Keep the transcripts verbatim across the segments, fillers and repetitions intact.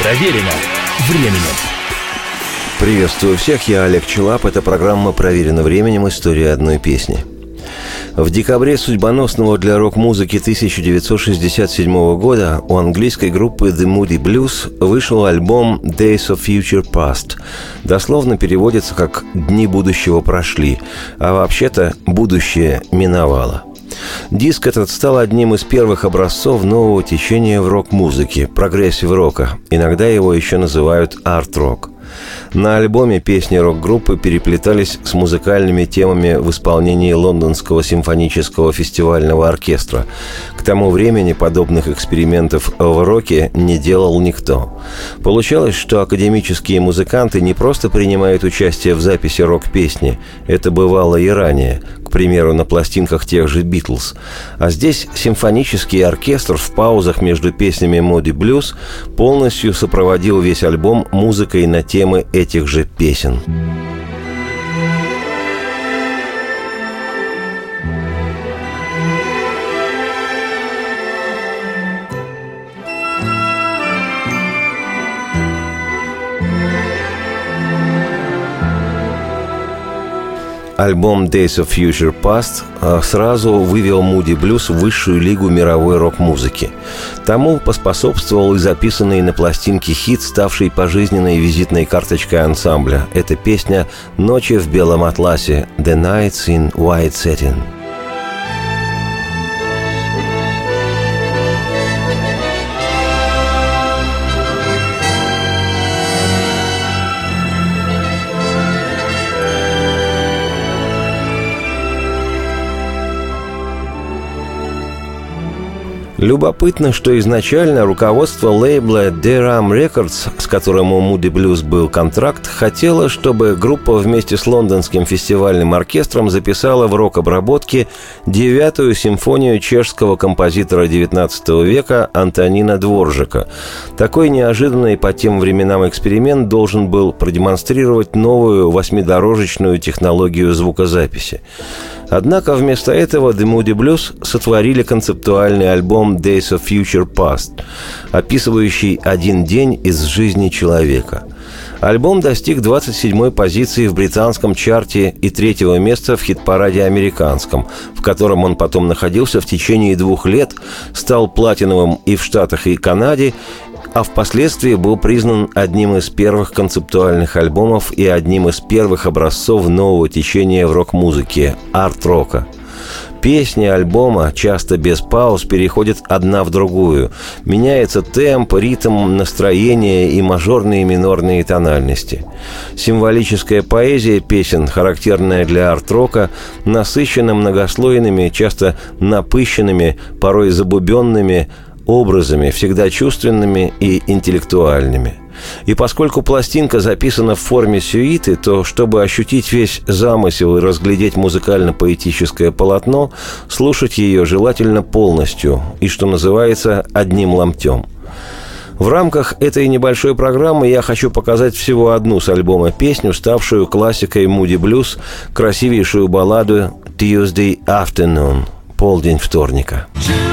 Проверено временем. Приветствую всех, я Олег Челап. Это программа «Проверено временем. История одной песни». В декабре судьбоносного для рок-музыки тысяча девятьсот шестьдесят седьмого года у английской группы The Moody Blues вышел альбом Days of Future Past. Дословно переводится как «Дни будущего прошли», а вообще-то «Будущее миновало». Диск этот стал одним из первых образцов нового течения в рок-музыке, прогрессив-рока. Иногда его еще называют арт-рок. На альбоме песни рок-группы переплетались с музыкальными темами в исполнении Лондонского симфонического фестивального оркестра. К тому времени подобных экспериментов в роке не делал никто. Получалось, что академические музыканты не просто принимают участие в записи рок-песни, это бывало и ранее, к примеру, на пластинках тех же «Битлз». А здесь симфонический оркестр в паузах между песнями Moody Blues полностью сопроводил весь альбом музыкой на темы этих же песен. Альбом Days of Future Past сразу вывел Moody Blues в высшую лигу мировой рок-музыки. Тому поспособствовал и записанный на пластинке хит, ставший пожизненной визитной карточкой ансамбля. Это песня «Ночи в белом атласе» «The Nights in White Satin». Любопытно, что изначально руководство лейбла Deram Records, с которым у Moody Blues был контракт, хотело, чтобы группа вместе с лондонским фестивальным оркестром записала в рок-обработке девятую симфонию чешского композитора девятнадцатого века Антонина Дворжака. Такой неожиданный по тем временам эксперимент должен был продемонстрировать новую восьмидорожечную технологию звукозаписи. Однако вместо этого The Moody Blues сотворили концептуальный альбом Days of Future Past, описывающий один день из жизни человека. Альбом достиг двадцать седьмой позиции в британском чарте и третьего места в хит-параде американском, в котором он потом находился в течение двух лет, стал платиновым и в Штатах, и Канаде, а впоследствии был признан одним из первых концептуальных альбомов и одним из первых образцов нового течения в рок-музыке – арт-рока. Песни альбома, часто без пауз, переходят одна в другую. Меняется темп, ритм, настроение и мажорные и минорные тональности. Символическая поэзия песен, характерная для арт-рока, насыщена многослойными, часто напыщенными, порой забубенными образами, всегда чувственными и интеллектуальными. И поскольку пластинка записана в форме сюиты, то, чтобы ощутить весь замысел и разглядеть музыкально-поэтическое полотно, слушать ее желательно полностью и, что называется, одним ломтем. В рамках этой небольшой программы я хочу показать всего одну с альбома песню, ставшую классикой Moody Blues, красивейшую балладу «Tuesday Afternoon» – «Полдень вторника».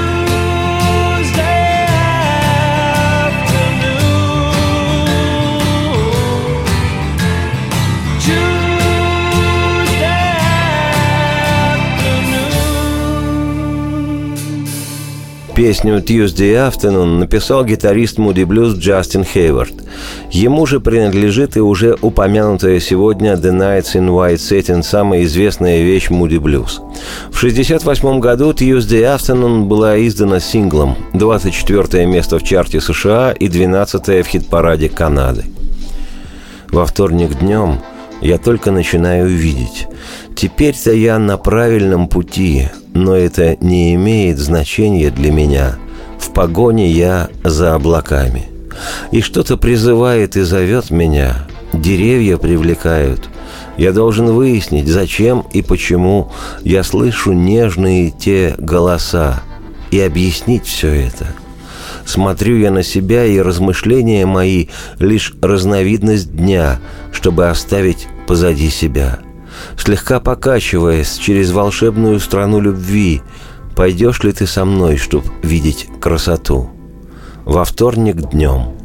Песню «Tuesday Afternoon» написал гитарист Moody Blues Джастин Хейвард. Ему же принадлежит и уже упомянутая сегодня «The Nights in White Satin», самая известная вещь Moody Blues. В шестьдесят восьмом году «Tuesday Afternoon» была издана синглом, двадцать четвёртое место в чарте США и двенадцатое в хит-параде Канады. Во вторник днем я только начинаю видеть. Теперь-то я на правильном пути, но это не имеет значения для меня. В погоне я за облаками. И что-то призывает и зовет меня. Деревья привлекают. Я должен выяснить, зачем и почему я слышу нежные те голоса, и объяснить все это. Смотрю я на себя, и размышления мои — лишь разновидность дня, чтобы оставить позади себя. Слегка покачиваясь через волшебную страну любви, пойдешь ли ты со мной, чтоб видеть красоту? Во вторник днем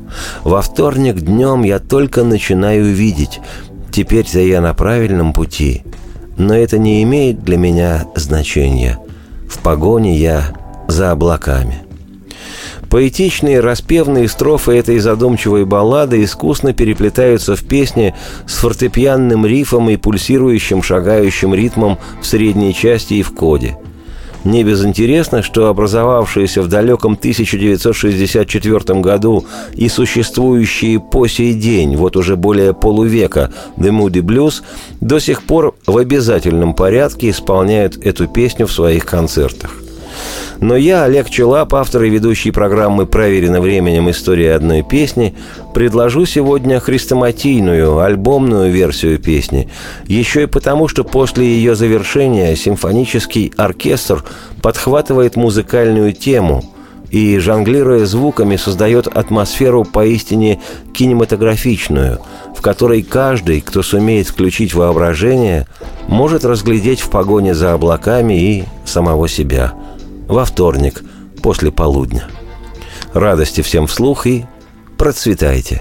Во вторник днем я только начинаю видеть. Теперь-то я на правильном пути. Но это не имеет для меня значения. В погоне я за облаками». Поэтичные распевные строфы этой задумчивой баллады искусно переплетаются в песне с фортепианным рифом и пульсирующим шагающим ритмом в средней части и в коде. Не безинтересно, что образовавшиеся в далеком тысяча девятьсот шестьдесят четвёртом году и существующие по сей день, вот уже более полувека, The Moody Blues до сих пор в обязательном порядке исполняют эту песню в своих концертах. Но я, Олег Челап, автор и ведущий программы «Проверено временем. История одной песни», предложу сегодня хрестоматийную, альбомную версию песни. Еще и потому, что после ее завершения симфонический оркестр подхватывает музыкальную тему и, жонглируя звуками, создает атмосферу поистине кинематографичную, в которой каждый, кто сумеет включить воображение, может разглядеть в погоне за облаками и самого себя. Во вторник, после полудня. Радости всем вслух и процветайте!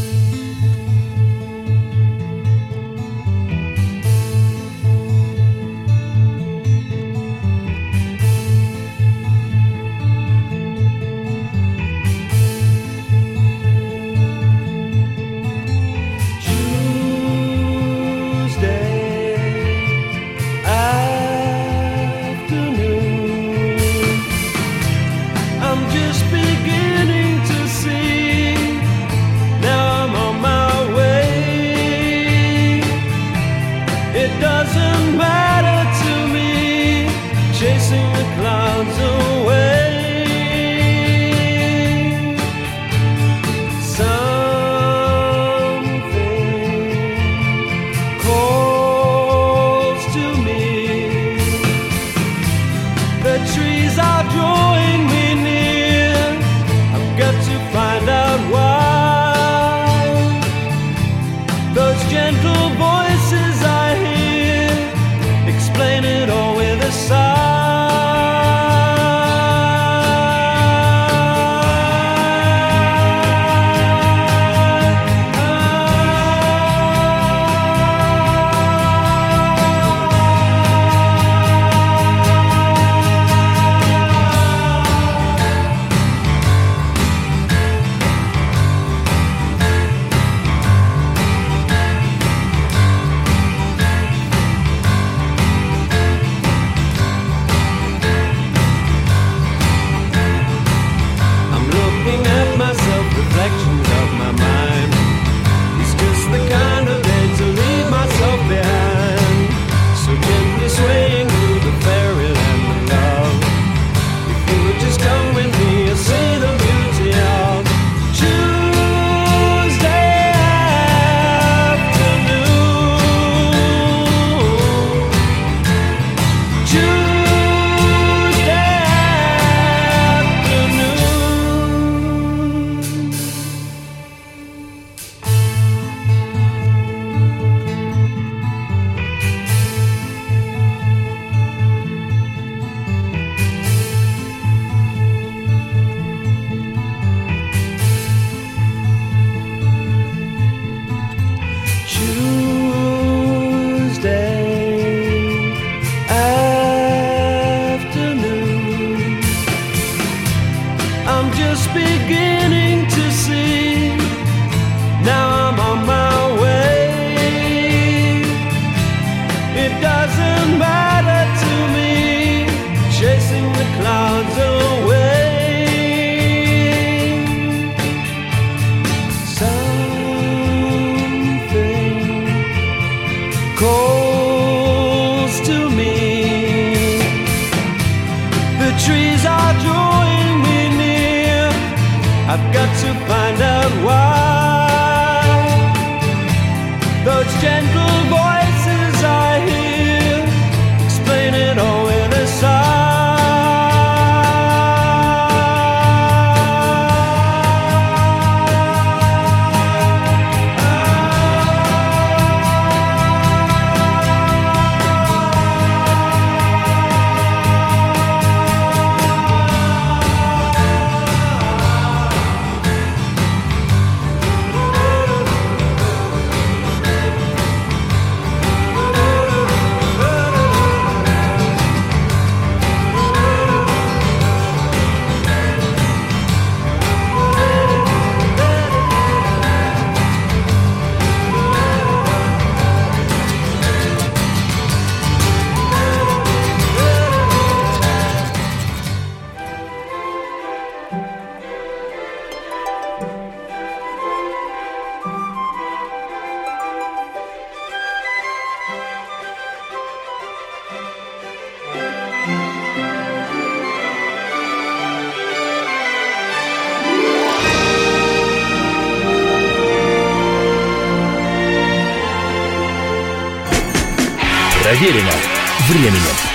I've got to find out why those gentle voices I hear explain it all in a sigh. Проверено временем.